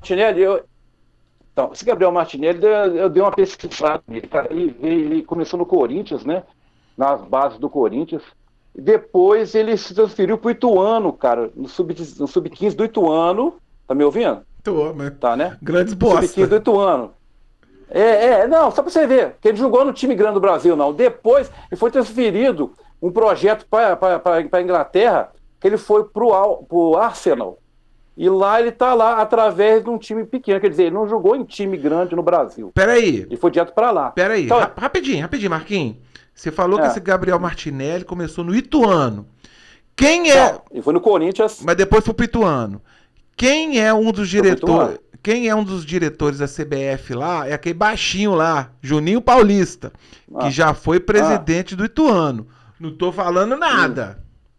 [SPEAKER 4] Então, esse Gabriel Martinelli, eu dei uma pesquisada nele, cara. Ele começou no Corinthians, né? Nas bases do Corinthians. E depois ele se transferiu pro Ituano, cara. No Sub-15 do Ituano. Tá me ouvindo?
[SPEAKER 1] Tô, mas...
[SPEAKER 4] Tá, né?
[SPEAKER 1] Grandes bosta.
[SPEAKER 4] Sub-15 do Ituano. Não, só pra você ver, que ele jogou no time grande do Brasil, não. Depois, ele foi transferido um projeto para Inglaterra, que ele foi pro Arsenal. E lá ele tá lá através de um time pequeno, quer dizer, ele não jogou em time grande no Brasil.
[SPEAKER 1] Peraí.
[SPEAKER 4] Ele foi direto para lá.
[SPEAKER 1] Peraí, então, rapidinho, Marquinhos. Você falou que esse Gabriel Martinelli começou no Ituano. Quem é...
[SPEAKER 4] Não, ele foi no Corinthians.
[SPEAKER 1] Mas depois foi pro Ituano. Quem é um dos diretores... Quem é um dos diretores da CBF lá é aquele baixinho lá, Juninho Paulista, que já foi presidente do Ituano. Não tô falando nada.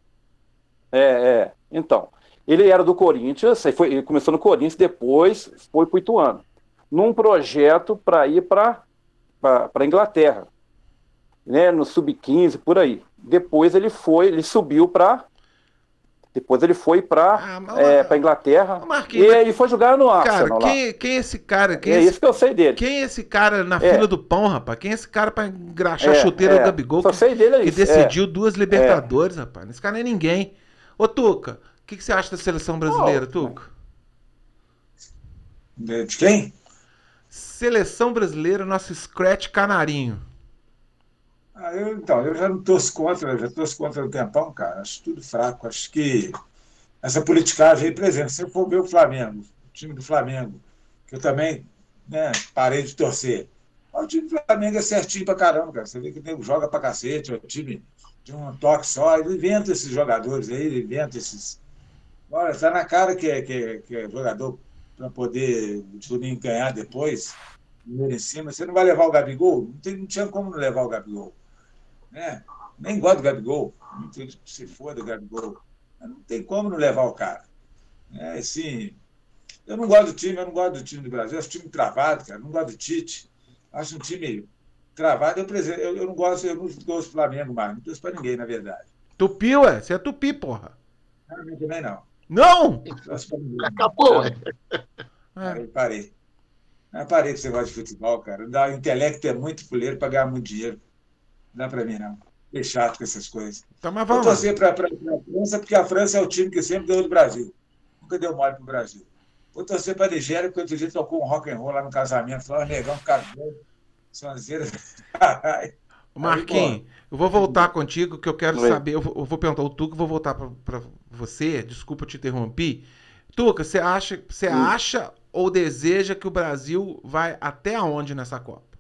[SPEAKER 4] Então, ele era do Corinthians, ele começou no Corinthians, depois foi pro Ituano, num projeto para ir para Inglaterra, né, no Sub-15, por aí. Depois ele subiu para... Depois ele foi para Inglaterra e ele foi jogar no Arsenal.
[SPEAKER 1] Cara, quem é esse cara?
[SPEAKER 4] Isso que eu sei dele.
[SPEAKER 1] Quem é esse cara na fila do pão, rapaz? Quem é esse cara para engraxar a chuteira do Gabigol?
[SPEAKER 4] Só sei dele
[SPEAKER 1] que decidiu 2 Libertadores, rapaz. Esse cara não é ninguém. Ô, Tuca, o que você acha da seleção brasileira, Tuca?
[SPEAKER 2] De quem?
[SPEAKER 1] Seleção brasileira, nosso scratch canarinho.
[SPEAKER 2] Eu já não torço contra, já torço contra o tempão, cara. Acho tudo fraco. Acho que essa politicagem aí, por exemplo, se eu for ver o Flamengo, o time do Flamengo, que eu também parei de torcer. O time do Flamengo é certinho pra caramba, cara. Você vê que o nego joga pra cacete, é um time de um toque só. Ele inventa esses jogadores aí, ele inventa esses. Olha, tá na cara que é jogador para poder o Juninho ganhar depois, em cima. Você não vai levar o Gabigol? Não tinha como não levar o Gabigol. Nem gosto do Gabigol, se for do Gabigol, não tem como não levar o cara. Assim, eu não gosto do time do Brasil, acho um time travado, cara, não gosto do Tite, acho um time travado, eu não gosto do Flamengo mais, não torço pra ninguém, na verdade.
[SPEAKER 1] Tupi, ué, você é tupi, porra.
[SPEAKER 2] Eu também não.
[SPEAKER 1] Não?
[SPEAKER 3] Acabou,
[SPEAKER 1] É.
[SPEAKER 2] Parei. Eu parei com esse negócio de futebol, cara. O intelecto é muito fuleiro para ganhar muito dinheiro. Não dá para mim, não. Fiquei chato com essas coisas.
[SPEAKER 1] Então, mas
[SPEAKER 2] Vou
[SPEAKER 1] vamos lá.
[SPEAKER 2] torcer para a França, porque a França é o time que sempre ganhou do Brasil. Nunca deu mole pro Brasil. Vou torcer para a Nigéria, porque outro dia tocou um rock and roll lá no casamento. Falou, negão, ficar doido. Sonzeira.
[SPEAKER 1] Marquinhos, eu vou voltar contigo, que eu quero
[SPEAKER 4] Oi.
[SPEAKER 1] saber. Eu vou perguntar o Tuca, vou voltar para você. Desculpa, eu te interrompi. Tuca, você acha ou deseja que o Brasil vai até aonde nessa Copa?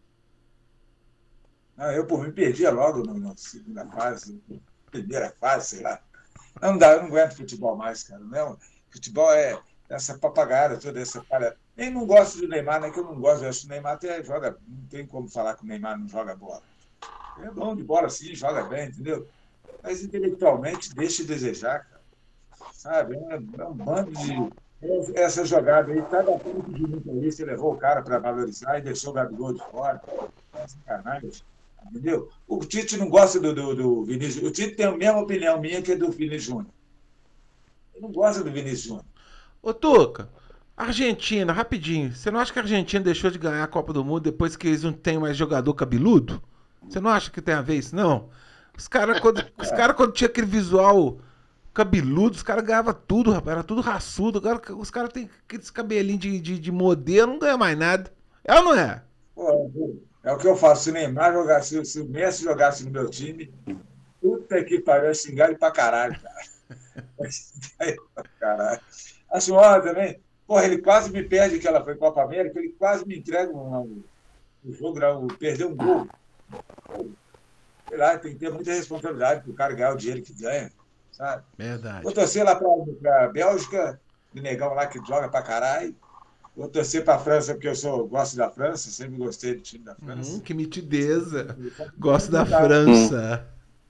[SPEAKER 2] Eu, por mim, perdia logo na segunda fase, primeira fase, sei lá. Não dá, eu não aguento futebol mais, cara. Não, futebol é essa papagaiada toda, essa palha. Nem não gosto do Neymar, nem que eu não gosto. Eu acho que o Neymar até joga. Não tem como falar que o Neymar não joga bola. Ele é bom de bola, sim, joga bem, entendeu? Mas intelectualmente deixa de desejar, cara. Sabe? É um bando de. Essa jogada aí, cada ponto de muita ali, você levou o cara para valorizar e deixou o Gabigol de fora. É sacanagem. Entendeu? O Tite não gosta do Vinícius. O Tite tem a mesma opinião minha que a do Vinícius Júnior. Ele não gosta do Vinícius Júnior.
[SPEAKER 1] Ô, Tuca, Argentina, rapidinho. Você não acha que a Argentina deixou de ganhar a Copa do Mundo depois que eles não têm mais jogador cabeludo? Você não acha que tem a ver isso, não? Os caras, quando tinha aquele visual cabeludo, os caras ganhavam tudo, rapaz. Era tudo raçudo. Agora os caras têm aqueles cabelinhos de modelo, não ganha mais nada. É ou não é?
[SPEAKER 2] Pô, é o que eu faço. Se o Neymar jogasse, se o Messi jogasse no meu time, puta que pariu, eu xingar ele pra caralho, cara. Caralho. Acho óbvio também. Porra, ele quase me perde que ela foi Copa América, ele quase me entrega o jogo, perdeu um gol. Sei lá, tem que ter muita responsabilidade para o cara ganhar o dinheiro que ganha, sabe?
[SPEAKER 1] Verdade.
[SPEAKER 2] Vou torcer lá para a Bélgica, o negão lá que joga pra caralho. Vou torcer para a França, porque eu gosto da França, sempre gostei do time da França.
[SPEAKER 1] Que mitideza. Gosto da França.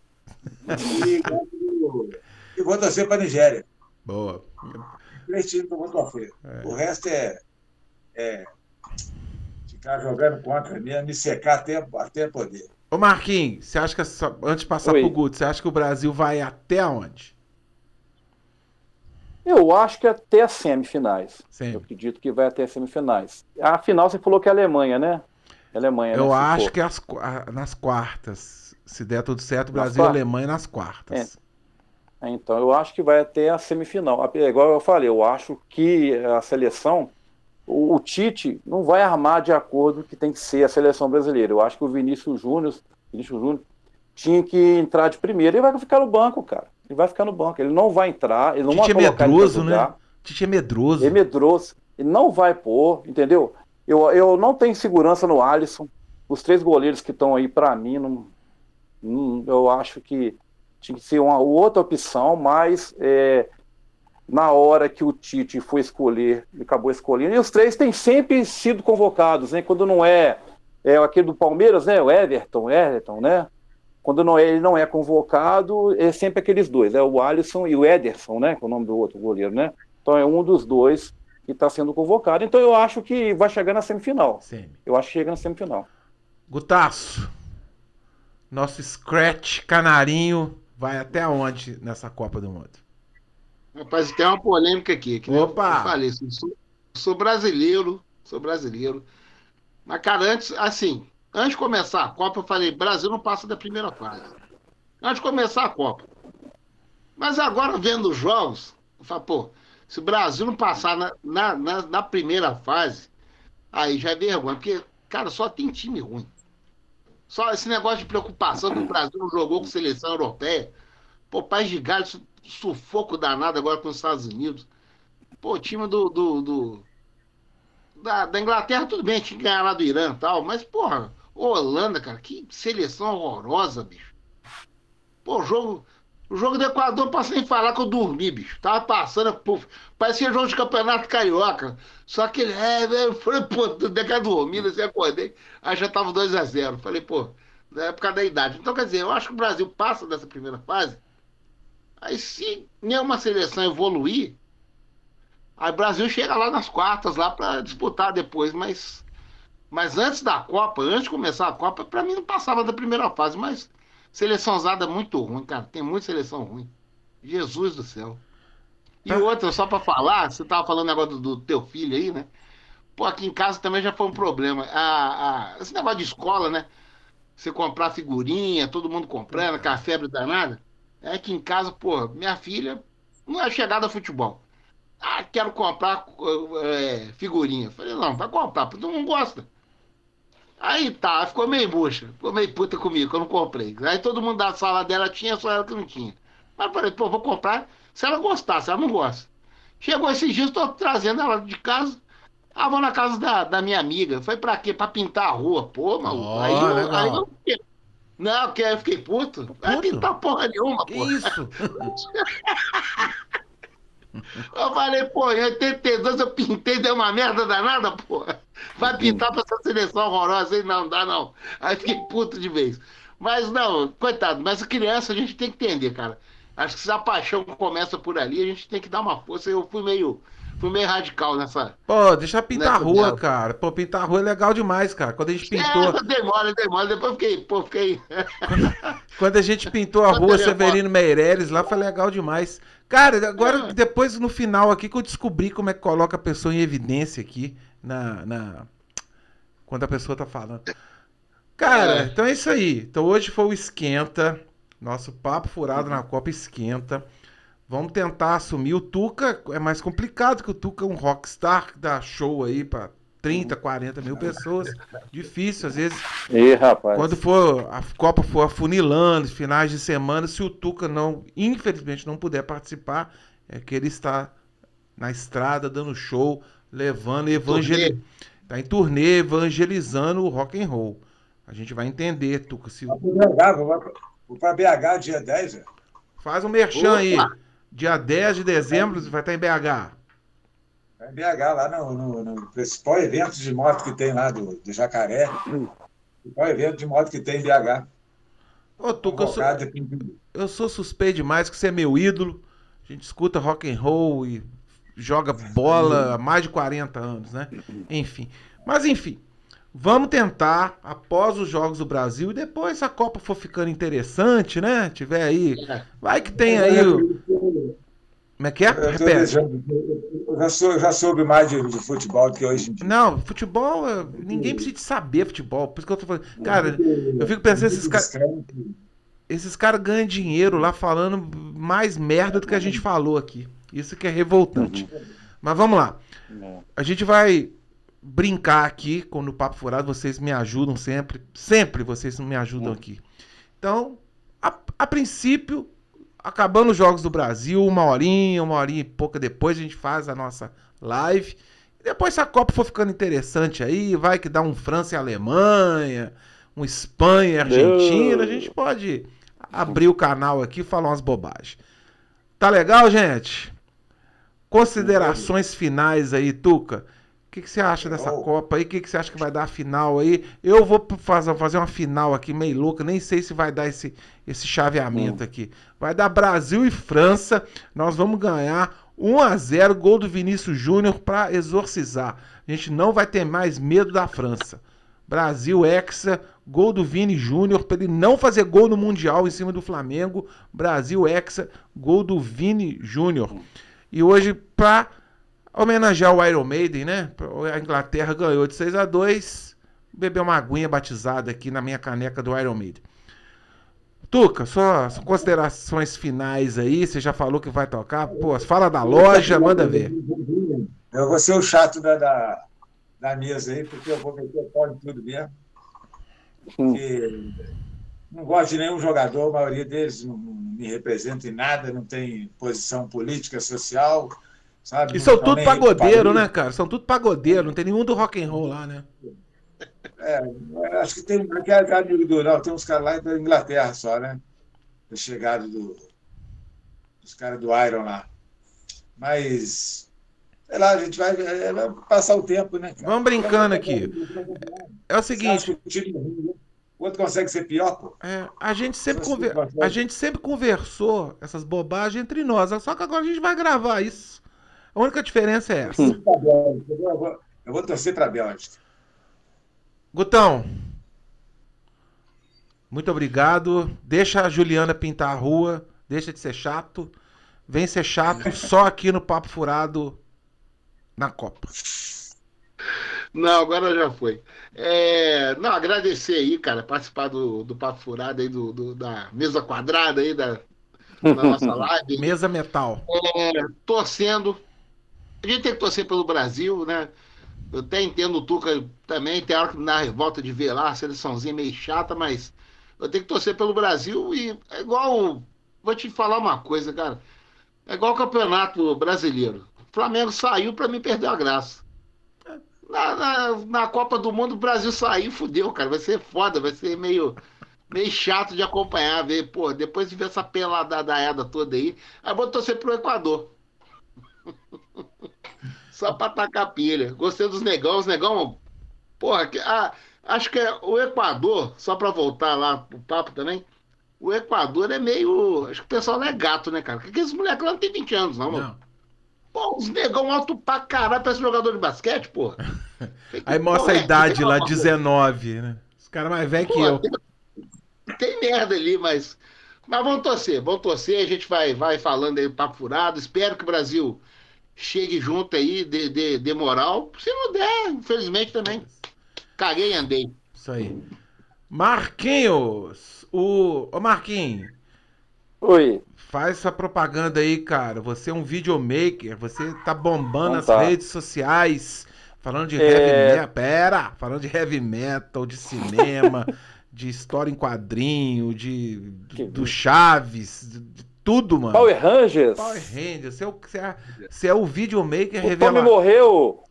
[SPEAKER 2] E vou torcer para a Nigéria.
[SPEAKER 1] Boa.
[SPEAKER 2] 3 times que eu vou torcer. O resto é ficar jogando contra mesmo, me secar até poder.
[SPEAKER 1] Ô Marquinhos, você acha que antes de passar pro Guto, você acha que o Brasil vai até onde?
[SPEAKER 4] Eu acho que até as semifinais.
[SPEAKER 1] Sim.
[SPEAKER 4] Eu acredito que vai até as semifinais. A final você falou que é a Alemanha, né? Alemanha,
[SPEAKER 1] eu
[SPEAKER 4] né,
[SPEAKER 1] acho que nas quartas. Se der tudo certo, Brasil e Alemanha nas quartas.
[SPEAKER 4] Então, eu acho que vai até a semifinal. Igual eu falei, eu acho que a seleção, o Tite não vai armar de acordo com o que tem que ser a seleção brasileira. Eu acho que o Vinícius Júnior tinha que entrar de primeiro e vai ficar no banco, cara. Ele vai ficar no banco. Ele não vai entrar, ele não vai colocar ele pra jogar.
[SPEAKER 1] Né? Tite é medroso.
[SPEAKER 4] Ele é medroso. Ele não vai pôr, entendeu? Eu não tenho segurança no Alisson. Os 3 goleiros que estão aí, pra mim, eu acho que tinha que ser uma outra opção, mas na hora que o Tite foi escolher, ele acabou escolhendo. E os 3 têm sempre sido convocados, né? Quando não é aquele do Palmeiras, né? O Everton, né? Quando ele não é convocado, é sempre aqueles 2, o Alisson e o Ederson, né? Que é o nome do outro goleiro, né? Então é um dos 2 que está sendo convocado. Então eu acho que vai chegar na semifinal. Eu acho que chega na semifinal.
[SPEAKER 1] Gutaço, nosso Scratch Canarinho vai até onde nessa Copa do Mundo?
[SPEAKER 3] Rapaz, tem uma polêmica aqui. Que
[SPEAKER 1] Opa!
[SPEAKER 3] Eu falei, sou brasileiro. Mas, cara, antes de começar a Copa, eu falei, Brasil não passa da primeira fase. Antes de começar a Copa. Mas agora, vendo os jogos, eu falo, pô, se o Brasil não passar na primeira fase, aí já é vergonha. Porque, cara, só tem time ruim. Só esse negócio de preocupação que o Brasil não jogou com seleção europeia. Pô, País de Gales, sufoco danado agora com os Estados Unidos. Pô, o time da Inglaterra, tudo bem, tinha que ganhar lá do Irã e tal, mas, porra, Holanda, cara, que seleção horrorosa, bicho. Pô, o jogo do Equador, passei em falar que eu dormi, bicho. Tava passando, pô, parecia jogo de campeonato carioca. Só que eu falei, pô, daqui a dormida, assim, acordei, aí já tava 2-0. Falei, pô, na época da idade. Então, quer dizer, eu acho que o Brasil passa dessa primeira fase. Aí, se nenhuma seleção evoluir, aí o Brasil chega lá nas quartas, lá pra disputar depois, mas antes da Copa, antes de começar a Copa, pra mim não passava da primeira fase, mas seleçãozada muito ruim, cara. Tem muita seleção ruim. Jesus do céu. E outra, só pra falar, você tava falando negócio do teu filho aí, né? Pô, aqui em casa também já foi um problema. Esse negócio de escola, né? Você comprar figurinha, todo mundo comprando, aquela febre danada. É que em casa, pô, minha filha não é chegada a futebol. Ah, quero comprar figurinha. Falei, não, vai comprar, porque tu não gosta. Aí tá, ficou meio bucha, ficou meio puta comigo, que eu não comprei. Aí todo mundo da sala dela tinha, só ela que não tinha. Mas eu falei, pô, vou comprar se ela gostar, se ela não gosta. Chegou esses dias, tô trazendo ela de casa. Ah, vou na casa da minha amiga. Foi pra quê? Pra pintar a rua. Pô, maluco.
[SPEAKER 1] Ó,
[SPEAKER 3] Aí
[SPEAKER 1] legal.
[SPEAKER 3] eu fiquei. Não, que eu fiquei puto. Vai
[SPEAKER 1] Puto?
[SPEAKER 3] pintar porra nenhuma,
[SPEAKER 1] Que
[SPEAKER 3] pô.
[SPEAKER 1] isso?
[SPEAKER 3] Eu falei, pô, em 82 eu pintei, deu uma merda danada, pô. Vai pintar pra essa seleção horrorosa aí? Não, dá não. Aí fiquei puto de vez. Mas não, coitado, mas criança a gente tem que entender, cara. Acho que se a paixão começa por ali, a gente tem que dar uma força. Eu fui meio radical
[SPEAKER 1] Pô, deixa pintar a
[SPEAKER 3] nessa
[SPEAKER 1] rua,
[SPEAKER 3] dela.
[SPEAKER 1] cara. Pô, pintar a rua é legal demais, cara. Quando a gente pintou,
[SPEAKER 3] Demora. Depois fiquei.
[SPEAKER 1] quando a gente pintou a
[SPEAKER 3] Quanto
[SPEAKER 1] rua
[SPEAKER 3] telefone?
[SPEAKER 1] Severino Meireles, lá foi legal demais. Cara, agora,
[SPEAKER 3] É,
[SPEAKER 1] depois no final aqui que eu descobri como é que coloca a pessoa em evidência aqui quando a pessoa tá falando. Cara,
[SPEAKER 3] é.
[SPEAKER 1] então é isso aí. Então hoje foi o Esquenta. Nosso papo furado na Copa Esquenta. Vamos tentar assumir. O Tuca é mais complicado, que o Tuca é um rockstar que dá show aí pra 30, 40 mil pessoas. Difícil, às vezes.
[SPEAKER 4] E,
[SPEAKER 1] Quando
[SPEAKER 4] rapaz.
[SPEAKER 1] for a Copa for afunilando, finais de semana, se o Tuca não, infelizmente, não puder participar, é que ele está na estrada dando show, levando
[SPEAKER 3] Turnê.
[SPEAKER 1] tá em turnê evangelizando o rock and roll. A gente vai entender, Tuca, se
[SPEAKER 2] Vou pro BH, vou para BH dia 10, velho.
[SPEAKER 1] faz um merchan
[SPEAKER 3] Opa!
[SPEAKER 1] aí. Dia 10 de dezembro vai estar em BH.
[SPEAKER 2] Vai em BH, lá no principal evento de moto que tem lá do Jacaré. O principal evento de moto que tem em BH.
[SPEAKER 1] Ô, Tuca,
[SPEAKER 2] Convocado.
[SPEAKER 1] eu sou suspeito demais que você é meu ídolo. A gente escuta rock and roll e joga bola há mais de 40 anos, né? Enfim. Mas enfim, vamos tentar após os Jogos do Brasil e depois se a Copa for ficando interessante, né? Tiver aí, vai que tem aí como é que é?
[SPEAKER 2] Eu tô
[SPEAKER 1] Repete.
[SPEAKER 2] desejando. Eu já soube mais de futebol do que hoje em dia.
[SPEAKER 1] Não, futebol, ninguém precisa de saber futebol. Por isso que eu tô falando.
[SPEAKER 2] É
[SPEAKER 1] Cara, eu fico
[SPEAKER 2] é
[SPEAKER 1] pensando,
[SPEAKER 2] muito discreto.
[SPEAKER 1] esses caras ganham dinheiro lá falando mais merda do que a gente falou aqui. Isso que é revoltante. Mas vamos lá. A gente vai brincar aqui com o Papo Furado. Vocês me ajudam sempre. Sempre vocês me ajudam aqui. Então, a princípio, acabando os Jogos do Brasil, uma horinha e pouca depois, a gente faz a nossa live. E depois, se a Copa for ficando interessante aí, vai que dá um França e Alemanha, um Espanha e Argentina, a gente pode abrir o canal aqui e falar umas bobagens. Tá legal, gente? Considerações finais aí, Tuca. O que você acha dessa Copa aí? O que você acha que vai dar a final aí? Eu vou fazer uma final aqui meio louca, nem sei se vai dar esse chaveamento aqui. Vai dar Brasil e França. Nós vamos ganhar 1-0, gol do Vinícius Júnior para exorcizar. A gente não vai ter mais medo da França. Brasil, Hexa, gol do Vini Júnior, para ele não fazer gol no Mundial em cima do Flamengo. Brasil, Hexa, gol do Vini Júnior. E hoje, para homenagear o Iron Maiden, né? A Inglaterra ganhou de 6-2. Bebeu uma aguinha batizada aqui na minha caneca do Iron Maiden. Tuca, suas considerações finais aí. Você já falou que vai tocar. Pô, fala da loja, manda ver.
[SPEAKER 2] Eu vou ser o chato da mesa aí, porque eu vou meter o pau em tudo mesmo. Porque não gosto de nenhum jogador, a maioria deles não me representa em nada, não tem posição política, social, sabe?
[SPEAKER 1] E são
[SPEAKER 2] Não
[SPEAKER 1] tudo
[SPEAKER 2] nem aí pro
[SPEAKER 1] pagodeiro,
[SPEAKER 2] país.
[SPEAKER 1] né, cara? São tudo pagodeiro. Não tem nenhum do rock and roll lá, né?
[SPEAKER 2] Acho que tem que é amigo do. Não, tem uns caras lá da Inglaterra só, né? Da chegada dos caras do Iron lá. Mas, sei lá, a gente vai passar o tempo, né, cara?
[SPEAKER 1] Vamos brincando aqui. É o
[SPEAKER 2] Você acha
[SPEAKER 1] seguinte,
[SPEAKER 2] que o time é ruim, né? O outro consegue ser pior, pô?
[SPEAKER 1] a gente sempre,
[SPEAKER 2] Só se consegue.
[SPEAKER 1] a gente sempre conversou essas bobagens entre nós. Só que agora a gente vai gravar isso. A única diferença é essa.
[SPEAKER 2] Eu vou torcer para a Bélgica.
[SPEAKER 1] Gutão, muito obrigado. Deixa a Juliana pintar a rua. Deixa de ser chato. vem ser chato só aqui no Papo Furado na Copa.
[SPEAKER 3] Não, agora já foi. Não, agradecer aí, cara, participar do Papo Furado aí, da mesa quadrada aí, da nossa live.
[SPEAKER 1] Mesa metal.
[SPEAKER 3] Torcendo. A gente tem que torcer pelo Brasil, né? Eu até entendo o Tuca também, tem hora que me dá revolta de ver lá a seleçãozinha meio chata, mas eu tenho que torcer pelo Brasil e é igual. Vou te falar uma coisa, cara. É igual o Campeonato Brasileiro. O Flamengo saiu pra mim perder a graça. Na Copa do Mundo, o Brasil saiu, fudeu, cara. Vai ser foda, vai ser meio chato de acompanhar, ver, pô, depois de ver essa peladaiada toda aí vou torcer pro Equador. Só pra tacar pilha. Gostei dos negão, os negão, porra, acho que o Equador, só pra voltar lá pro papo também, o Equador é meio, acho que o pessoal não é gato, né, cara? Porque esses moleques lá não tem 20 anos, não, mano. Pô, os negão alto pra caralho, parece jogador de basquete, porra.
[SPEAKER 1] Aí mostra a idade lá, 19, né? Os caras mais velhos que eu.
[SPEAKER 3] Tem merda ali, mas vamos torcer, a gente vai falando aí, papo furado, espero que o Brasil chegue junto aí, dê moral, se não der, infelizmente também, caguei e andei.
[SPEAKER 1] Isso aí. Marquinhos, ô Marquinhos.
[SPEAKER 4] Oi.
[SPEAKER 1] Faz essa propaganda aí, cara. Você é um videomaker, você tá bombando
[SPEAKER 4] Então
[SPEAKER 1] nas redes sociais, falando de heavy metal, falando de heavy metal, de cinema, de história em quadrinho, do Chaves, de tudo, mano.
[SPEAKER 4] Power Rangers.
[SPEAKER 1] Power Rangers. Você é o videomaker
[SPEAKER 4] O Tommy morreu.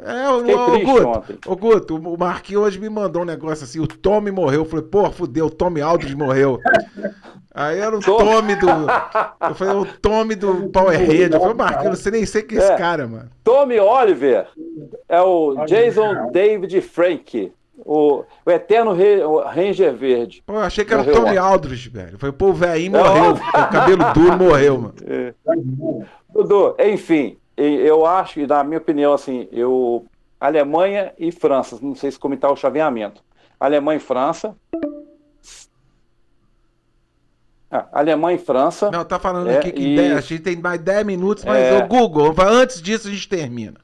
[SPEAKER 1] Ô Guto, o Marquinhos hoje me mandou um negócio assim, o Tommy morreu. Eu falei, pô, fudeu, o Tommy Aldridge morreu. Aí era o Tommy eu falei, o Tommy do Power Rangers. Eu falei, Marquinhos, você nem sei que é esse cara, mano.
[SPEAKER 4] Tommy Oliver é o Jason David Frank, o eterno Ranger Verde.
[SPEAKER 1] Pô, eu achei que era o Tommy Aldridge, velho. Foi, pô, o velhinho morreu. O cabelo duro morreu, mano.
[SPEAKER 4] Dudu, enfim, eu acho, na minha opinião, assim, Alemanha e França, não sei se comentar o chaveamento. Alemanha e França. Alemanha e França.
[SPEAKER 1] Não, tá falando aqui que a gente tem mais 10 minutos, mas o Google, antes disso a gente termina.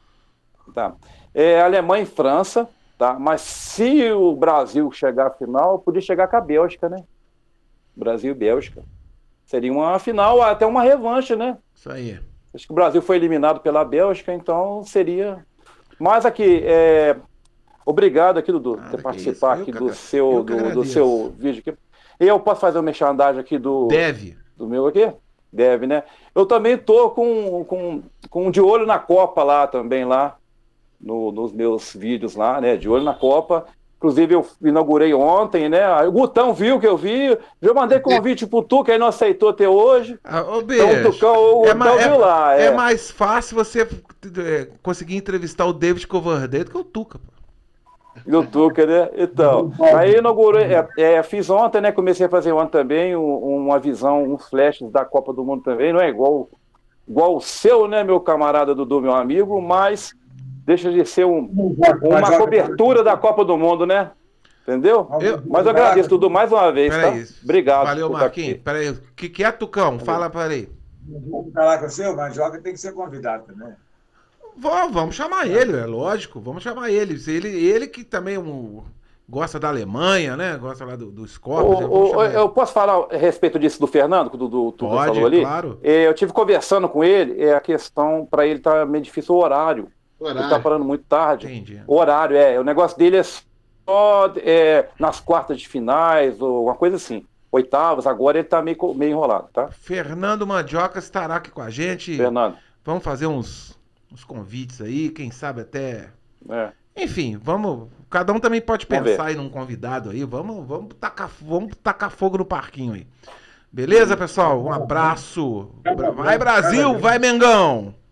[SPEAKER 4] Tá. Alemanha e França, tá? Mas se o Brasil chegar à final, podia chegar com a Bélgica, né? Brasil e Bélgica. Seria uma final, até uma revanche, né?
[SPEAKER 1] Isso aí.
[SPEAKER 4] Acho que o Brasil foi eliminado pela Bélgica, então seria... Mas aqui, obrigado aqui, Dudu, por participar aqui do seu vídeo aqui. E eu posso fazer uma merchandising aqui do meu aqui? Deve, né? Eu também tô com de olho na Copa lá também, lá nos meus vídeos lá, né? De olho na Copa. Inclusive eu inaugurei ontem, né? O Gutão viu que eu vi. Eu mandei convite pro Tuca, aí não aceitou até hoje.
[SPEAKER 1] Ô, bicho,
[SPEAKER 4] então o Gutão viu lá.
[SPEAKER 1] É mais fácil você conseguir entrevistar o David Coverdale do que o Tuca, pô.
[SPEAKER 4] Do Tuca, né? Então, aí inaugurei, fiz ontem, né? Comecei a fazer ontem também uma visão, uns flashes da Copa do Mundo também. Não é igual o seu, né, meu camarada Dudu, meu amigo, mas deixa de ser uma cobertura da Copa do Mundo, né? Entendeu? Mas eu agradeço, Dudu, mais uma vez, tá? Obrigado.
[SPEAKER 1] Valeu, Marquinhos. Peraí, o que é, Tucão? Fala, peraí.
[SPEAKER 2] Vamos falar com o seu, mas Joga tem que ser convidado também.
[SPEAKER 1] Vamos chamar ele, é lógico, vamos chamar ele. Ele que também gosta da Alemanha, né? Gosta lá do Scorpions.
[SPEAKER 4] Eu posso falar a respeito disso do Fernando, que o Dudu falou ali?
[SPEAKER 1] Claro.
[SPEAKER 4] Eu tive conversando com ele, a questão para ele tá meio difícil o horário. Ele tá parando muito tarde.
[SPEAKER 1] Entendi.
[SPEAKER 4] O horário, o negócio dele é só nas quartas de finais, ou uma coisa assim. Oitavas, agora ele tá meio enrolado, tá?
[SPEAKER 1] Fernando Mandioca estará aqui com a gente.
[SPEAKER 4] Fernando.
[SPEAKER 1] Vamos fazer uns convites aí, quem sabe até... Enfim, vamos... Cada um também pode pensar aí num convidado aí. Vamos tacar fogo no parquinho aí. Beleza, pessoal? Um abraço. Vai, Brasil! Vai, Mengão!